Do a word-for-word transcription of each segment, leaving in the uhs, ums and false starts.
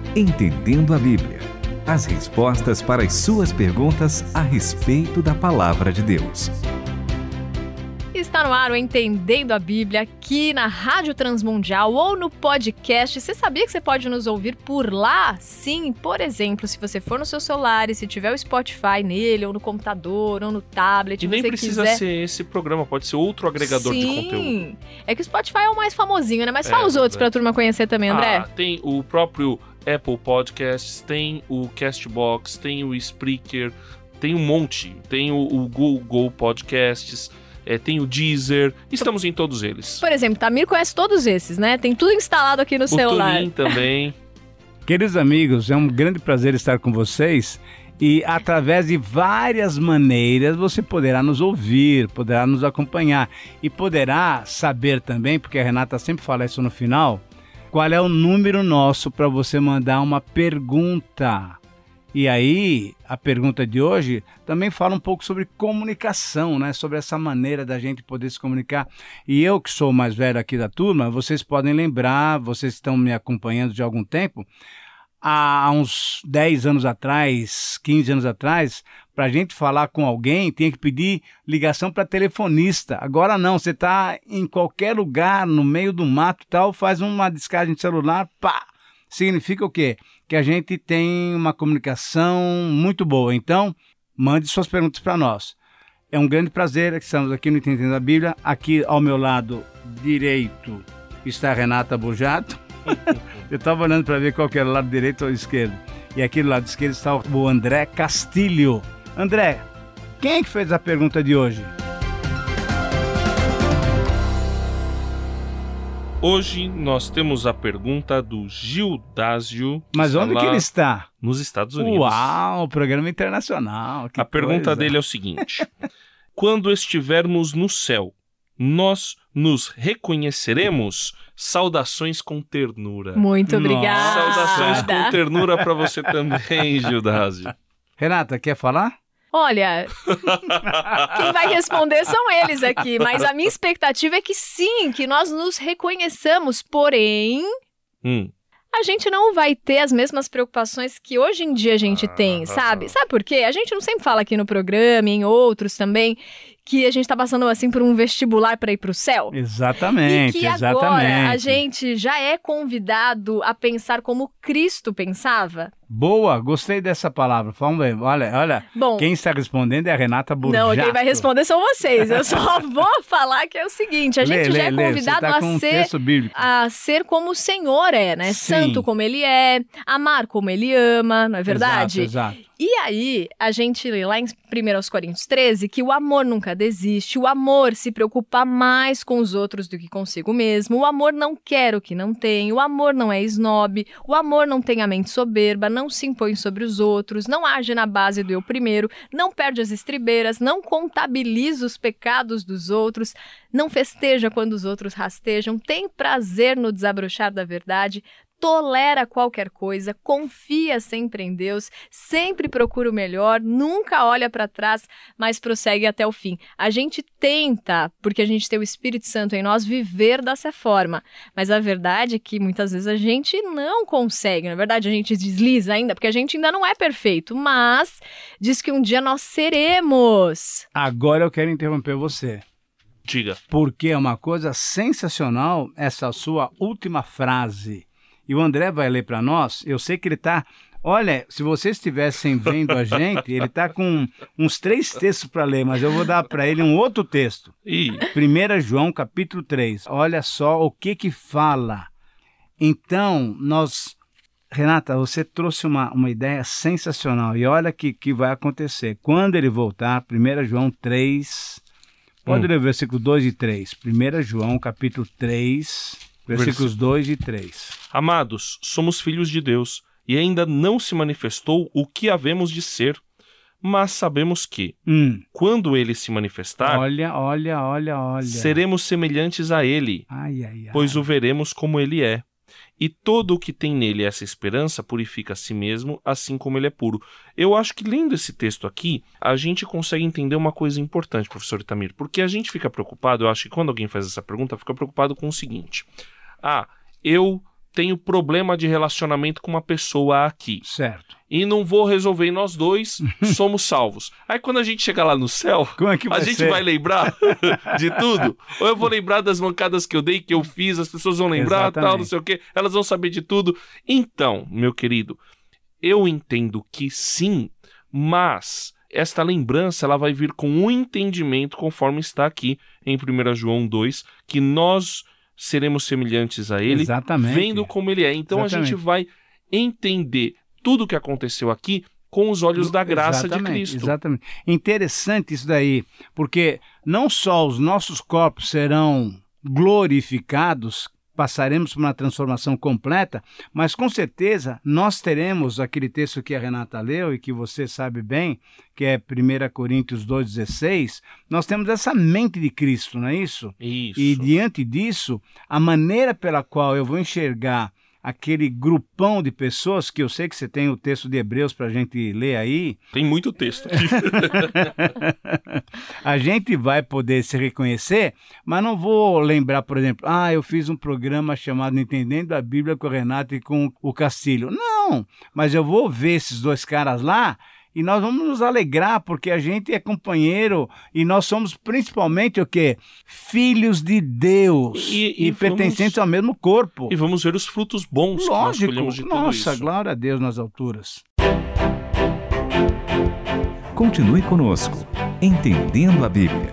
Entendendo a Bíblia. As respostas para as suas perguntas a respeito da Palavra de Deus. Está no ar o Entendendo a Bíblia aqui na Rádio Transmundial ou no podcast. Você sabia que você pode nos ouvir por lá? Sim, por exemplo, se você for no seu celular e se tiver o Spotify nele, ou no computador, ou no tablet. E nem você precisa quiser... ser esse programa, pode ser outro agregador Sim. de conteúdo. É que o Spotify é o mais famosinho, né? Mas É, fala os outros é. pra turma conhecer também, André. Ah, tem o próprio Apple Podcasts, tem o Castbox, tem o Spreaker, tem um monte. Tem o, o Google Podcasts, é, tem o Deezer, estamos em todos eles. Por exemplo, Tamir conhece todos esses, né? Tem tudo instalado aqui no O celular. Tunin também. Queridos amigos, é um grande prazer estar com vocês e através de várias maneiras você poderá nos ouvir, poderá nos acompanhar e poderá saber também, porque a Renata sempre fala isso no final, qual é o número nosso para você mandar uma pergunta. E aí, a pergunta de hoje também fala um pouco sobre comunicação, né? Sobre essa maneira da gente poder se comunicar. E eu, que sou o mais velho aqui da turma, vocês podem lembrar, vocês estão me acompanhando de algum tempo, há uns dez anos atrás, quinze anos atrás, para a gente falar com alguém, tinha que pedir ligação para telefonista. Agora não, você está em qualquer lugar, no meio do mato e tal, faz uma descarga de celular, pá! Significa o quê? Que a gente tem uma comunicação muito boa. Então, mande suas perguntas para nós. É um grande prazer que estamos aqui no Entendendo a Bíblia. Aqui ao meu lado direito está a Renata Bujato. Eu estava olhando para ver qual que era o lado direito ou esquerdo. E aqui do lado esquerdo está o André Castilho. André, quem é que fez a pergunta de hoje? Hoje nós temos a pergunta do Gildásio. Mas onde que ele está? Nos Estados Unidos. Uau, programa internacional. Que a pergunta coisa. dele é o seguinte: quando estivermos no céu, nós nos reconheceremos? Saudações com ternura. Muito obrigada. Saudações com ternura para você também, Gildásio. Renata, quer falar? Olha, quem vai responder são eles aqui, mas a minha expectativa é que sim, que nós nos reconheçamos, porém, Hum. a gente não vai ter as mesmas preocupações que hoje em dia a gente tem, sabe? Sabe por quê? A gente não sempre fala aqui no programa e em outros também, que a gente tá passando assim por um vestibular para ir pro céu. Exatamente, e que exatamente. agora a gente já é convidado a pensar como Cristo pensava. Boa, gostei dessa palavra. Vamos ver, olha, olha, Bom, quem está respondendo é a Renata Burjato. não, quem vai responder são vocês. Eu só vou falar que é o seguinte, a gente lê, já é lê, convidado lê. Você tá a com um ser... texto bíblico. a ser como o Senhor é, né? Sim. Santo como Ele é, amar como Ele ama, não é verdade? Exato, exato. E aí, a gente lê lá em primeira Coríntios treze que o amor nunca desiste, o amor se preocupa mais com os outros do que consigo mesmo, o amor não quer o que não tem, o amor não é esnobe, o amor não tem a mente soberba, não se impõe sobre os outros, não age na base do eu primeiro, não perde as estribeiras, não contabiliza os pecados dos outros, não festeja quando os outros rastejam, tem prazer no desabrochar da verdade, tolera qualquer coisa, confia sempre em Deus, sempre procura o melhor, nunca olha para trás, mas prossegue até o fim. A gente tenta, porque a gente tem o Espírito Santo em nós, viver dessa forma, mas a verdade é que muitas vezes a gente não consegue, na verdade a gente desliza ainda, porque a gente ainda não é perfeito, mas diz que um dia nós seremos. Agora eu quero interromper você. Diga. Porque é uma coisa sensacional essa sua última frase. E o André vai ler para nós. Eu sei que ele está... Olha, se vocês estivessem vendo a gente, ele está com uns três textos para ler, mas eu vou dar para ele um outro texto. Ih. primeira João, capítulo três. Olha só o que que fala. Então, nós... Renata, você trouxe uma, uma ideia sensacional. E olha o que, que vai acontecer. Quando ele voltar, primeira João três... Pode hum. ler o versículo dois e três. primeira João, capítulo três... Versículos dois e três. Amados, somos filhos de Deus, e ainda não se manifestou o que havemos de ser, mas sabemos que, hum. quando ele se manifestar, olha, olha, olha, olha. seremos semelhantes a ele, ai, ai, ai. pois o veremos como ele é. E todo o que tem nele essa esperança purifica a si mesmo, assim como ele é puro. Eu acho que, lendo esse texto aqui, a gente consegue entender uma coisa importante, professor Itamir, porque a gente fica preocupado, eu acho que quando alguém faz essa pergunta, fica preocupado com o seguinte: ah, eu tenho problema de relacionamento com uma pessoa aqui. Certo. E não vou resolver, e nós dois somos salvos. Aí quando a gente chegar lá no céu, Como é que vai a gente ser? vai lembrar de tudo? Ou eu vou lembrar das mancadas que eu dei, que eu fiz, as pessoas vão lembrar, Exatamente. tal, não sei o quê, elas vão saber de tudo. Então, meu querido, eu entendo que sim, mas esta lembrança ela vai vir com um entendimento, conforme está aqui em primeira João dois, que nós seremos semelhantes a ele, Exatamente. vendo como ele é. Então Exatamente. a gente vai entender tudo o que aconteceu aqui com os olhos da graça Exatamente, de Cristo. Exatamente. Interessante isso daí, porque não só os nossos corpos serão glorificados, passaremos por uma transformação completa, mas com certeza nós teremos aquele texto que a Renata leu e que você sabe bem, que é primeira Coríntios dois, dezesseis, nós temos essa mente de Cristo, não é isso? Isso. E diante disso, a maneira pela qual eu vou enxergar aquele grupão de pessoas, que eu sei que você tem o texto de Hebreus para a gente ler aí, Tem muito texto aqui. a gente vai poder se reconhecer, mas não vou lembrar, por exemplo, ah, eu fiz um programa chamado Entendendo a Bíblia com o Renato e com o Castilho. Não, mas eu vou ver esses dois caras lá e nós vamos nos alegrar, porque a gente é companheiro e nós somos principalmente o quê? Filhos de Deus E- e, e pertencentes vamos- ao mesmo corpo. E vamos ver os frutos bons que nós Lógico, colhemos de tudo nossa, isso. glória a Deus nas alturas. Continue conosco, Entendendo a Bíblia.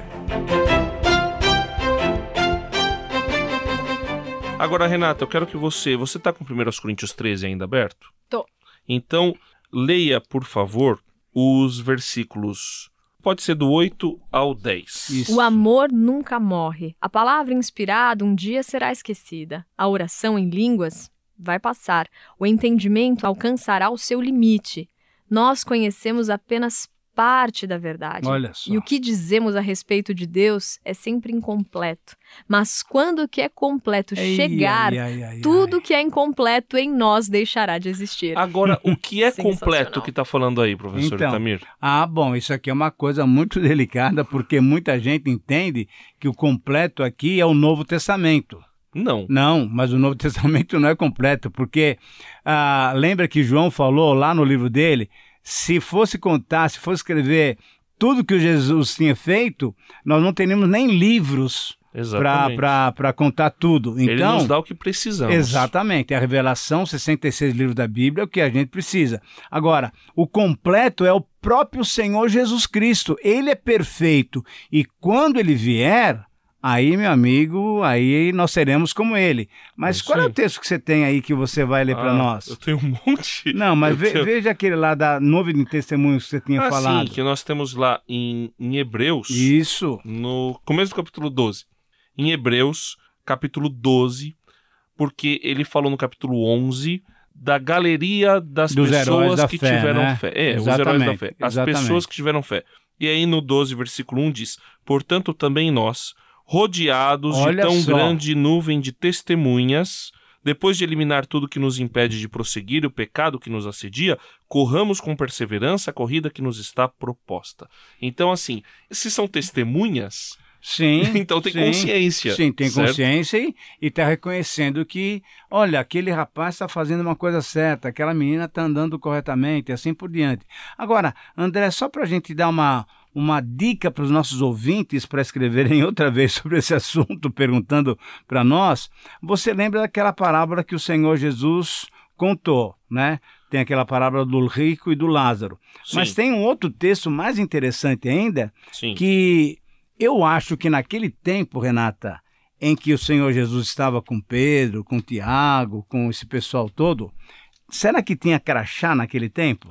Agora, Renata, eu quero que você... Você está com primeira Coríntios treze ainda aberto? Tô. Então, leia, por favor, os versículos... Pode ser do oito ao dez. Isso. O amor nunca morre. A palavra inspirada um dia será esquecida. A oração em línguas vai passar. O entendimento alcançará o seu limite. Nós conhecemos apenas parte da verdade. Olha só. E o que dizemos a respeito de Deus é sempre incompleto. Mas quando o que é completo Ei, chegar, ai, ai, ai, tudo ai. que é incompleto em nós deixará de existir. Agora, o que é Sensacional. completo que está falando aí, professor Então, Itamir? Ah, bom, isso aqui é uma coisa muito delicada, porque muita gente entende que o completo aqui é o Novo Testamento. Não. Não, mas o Novo Testamento não é completo, porque ah, lembra que João falou lá no livro dele, se fosse contar, se fosse escrever tudo que o Jesus tinha feito, nós não teríamos nem livros Exatamente. para contar tudo. Ele Então, nos dá o que precisamos. exatamente, a revelação, sessenta e seis livros da Bíblia, é o que a gente precisa. Agora, o completo é o próprio Senhor Jesus Cristo. Ele é perfeito. E quando ele vier, aí, meu amigo, aí nós seremos como ele. Mas É isso qual é aí. o texto que você tem aí que você vai ler para Ah, nós? Eu tenho um monte. Não, mas Eu ve- tenho- veja aquele lá da Novo de Testemunhos que você tinha Ah, falado. sim, que nós temos lá em, em Hebreus, Isso. no começo do capítulo doze. Em Hebreus, capítulo doze, porque ele falou no capítulo onze da galeria das Dos heróis pessoas da que fé, tiveram né? fé. É, os Exatamente, heróis da fé. As exatamente. pessoas que tiveram fé. E aí no doze, versículo um diz, portanto também nós, rodeados Olha de tão só. grande nuvem de testemunhas, depois de eliminar tudo que nos impede de prosseguir o pecado que nos assedia, corramos com perseverança a corrida que nos está proposta. Então, assim, se são testemunhas, Sim. então tem sim, consciência. Sim, tem certo? consciência e está reconhecendo que, olha, aquele rapaz está fazendo uma coisa certa, aquela menina está andando corretamente, e assim por diante. Agora, André, só para a gente dar uma, uma dica para os nossos ouvintes para escreverem outra vez sobre esse assunto, perguntando para nós, você lembra daquela parábola que o Senhor Jesus contou, né? Tem aquela parábola do rico e do Lázaro. Sim, Mas tem um outro texto mais interessante ainda, sim. que eu acho que naquele tempo, Renata, em que o Senhor Jesus estava com Pedro, com Tiago, com esse pessoal todo, será que tinha crachá naquele tempo?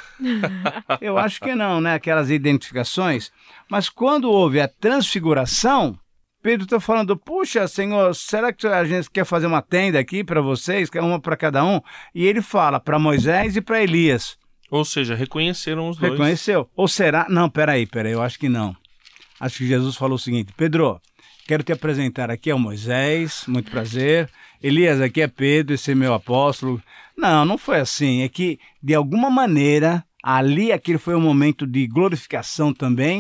Eu acho que não, né? Aquelas identificações. Mas quando houve a transfiguração, Pedro está falando, puxa, Senhor, será que a gente quer fazer uma tenda aqui para vocês, que é uma para cada um? E ele fala para Moisés e para Elias. Ou seja, reconheceram os dois. Reconheceu? Ou será? Não, peraí, peraí, eu acho que não. Acho que Jesus falou o seguinte, Pedro, quero te apresentar aqui ao Moisés, muito prazer. Elias, aqui é Pedro, esse é meu apóstolo. Não, não foi assim. É que, de alguma maneira, ali aquele foi um momento de glorificação também,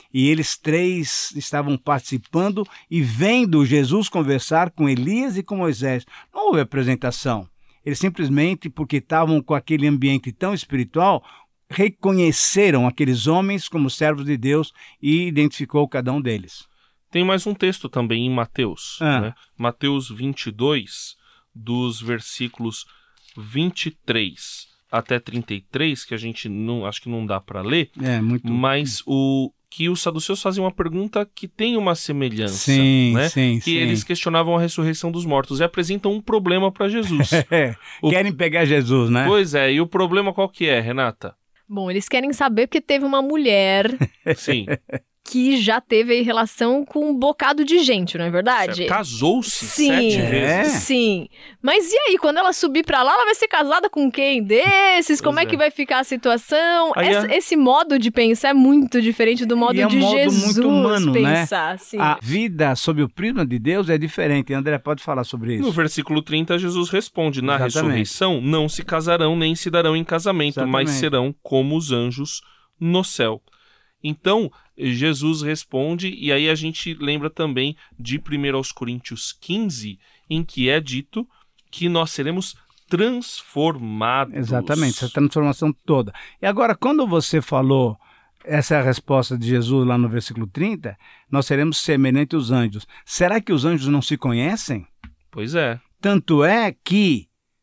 e eles três estavam participando e vendo Jesus conversar com Elias e com Moisés. Não houve apresentação. Eles simplesmente, porque estavam com aquele ambiente tão espiritual, reconheceram aqueles homens como servos de Deus e identificou cada um deles. Tem mais um texto também em Mateus, Ah. né? Mateus vinte e dois, dos versículos vinte e três até trinta e três, que a gente não, acho que não dá para ler, É, muito... mas o que os saduceus fazem uma pergunta que tem uma semelhança, Sim, né? sim, que sim. eles questionavam a ressurreição dos mortos e apresentam um problema para Jesus. É, O- querem pegar Jesus, né? Pois é, e o problema qual que é, Renata? Bom, eles querem saber porque teve uma mulher Sim, que já teve aí relação com um bocado de gente, não é verdade? casou-se Sim, sete É. vezes. sim. Mas e aí, quando ela subir pra lá, ela vai ser casada com quem desses? Como Pois é que é. vai ficar a situação? Aí Esse, a- esse modo de pensar é muito diferente do modo E é um de modo muito Jesus humano, né? pensar. Sim. A vida sob o prisma de Deus é diferente. André, pode falar sobre isso? No versículo trinta, Jesus responde: na Exatamente. ressurreição não se casarão nem se darão em casamento, mas Exatamente. serão como os anjos no céu. Então, Jesus responde, e aí a gente lembra também de primeiro aos Coríntios quinze, em que é dito que nós seremos transformados. Exatamente, essa transformação toda. E agora, quando você falou, essa é a resposta de Jesus lá no versículo trinta, nós seremos semelhantes aos anjos. Será que os anjos não se conhecem? Pois é. Tanto é que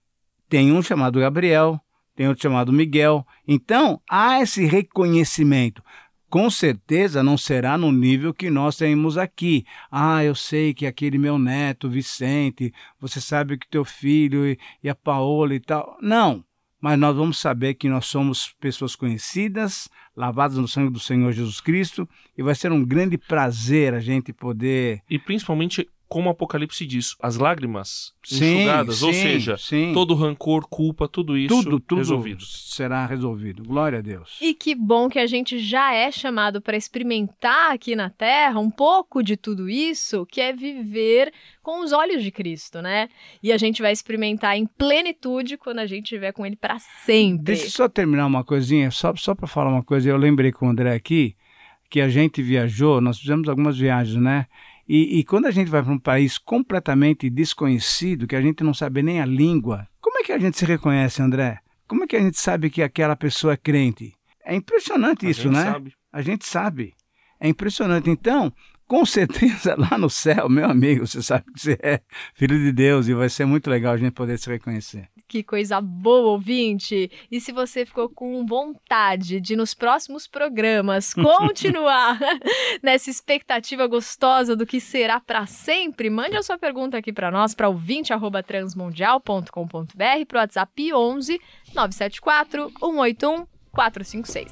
tem um chamado Gabriel, tem outro chamado Miguel. Então, há esse reconhecimento. Com certeza não será no nível que nós temos aqui. Ah, eu sei que aquele meu neto, Vicente, você sabe que teu filho e, e a Paola e tal. Não, mas nós vamos saber que nós somos pessoas conhecidas, lavadas no sangue do Senhor Jesus Cristo, e vai ser um grande prazer a gente poder... E principalmente, como o Apocalipse diz, as lágrimas Sim, enxugadas, ou sim, seja, sim. todo rancor, culpa, tudo isso tudo, tudo resolvido. será resolvido. Glória a Deus. E que bom que a gente já é chamado para experimentar aqui na Terra um pouco de tudo isso, que é viver com os olhos de Cristo, né? E a gente vai experimentar em plenitude quando a gente estiver com Ele para sempre. Deixa eu só terminar uma coisinha, só, só para falar uma coisa. Eu lembrei com o André aqui, que a gente viajou, nós fizemos algumas viagens, né? E, e quando a gente vai para um país completamente desconhecido, que a gente não sabe nem a língua, como é que a gente se reconhece, André? Como é que a gente sabe que aquela pessoa é crente? É impressionante A isso, gente né? sabe. A gente sabe. É impressionante. Então, com certeza, lá no céu, meu amigo, você sabe que você é filho de Deus e vai ser muito legal a gente poder se reconhecer. Que coisa boa, ouvinte! E se você ficou com vontade de, nos próximos programas, continuar nessa expectativa gostosa do que será para sempre, mande a sua pergunta aqui para nós, para ouvinte arroba transmundial ponto com ponto br, para o WhatsApp onze nove sete quatro, um oito um, quatro cinco seis.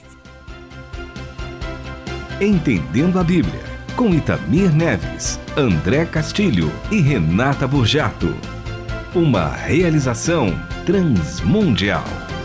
Entendendo a Bíblia, com Itamir Neves, André Castilho e Renata Burjato. Uma realização Transmundial.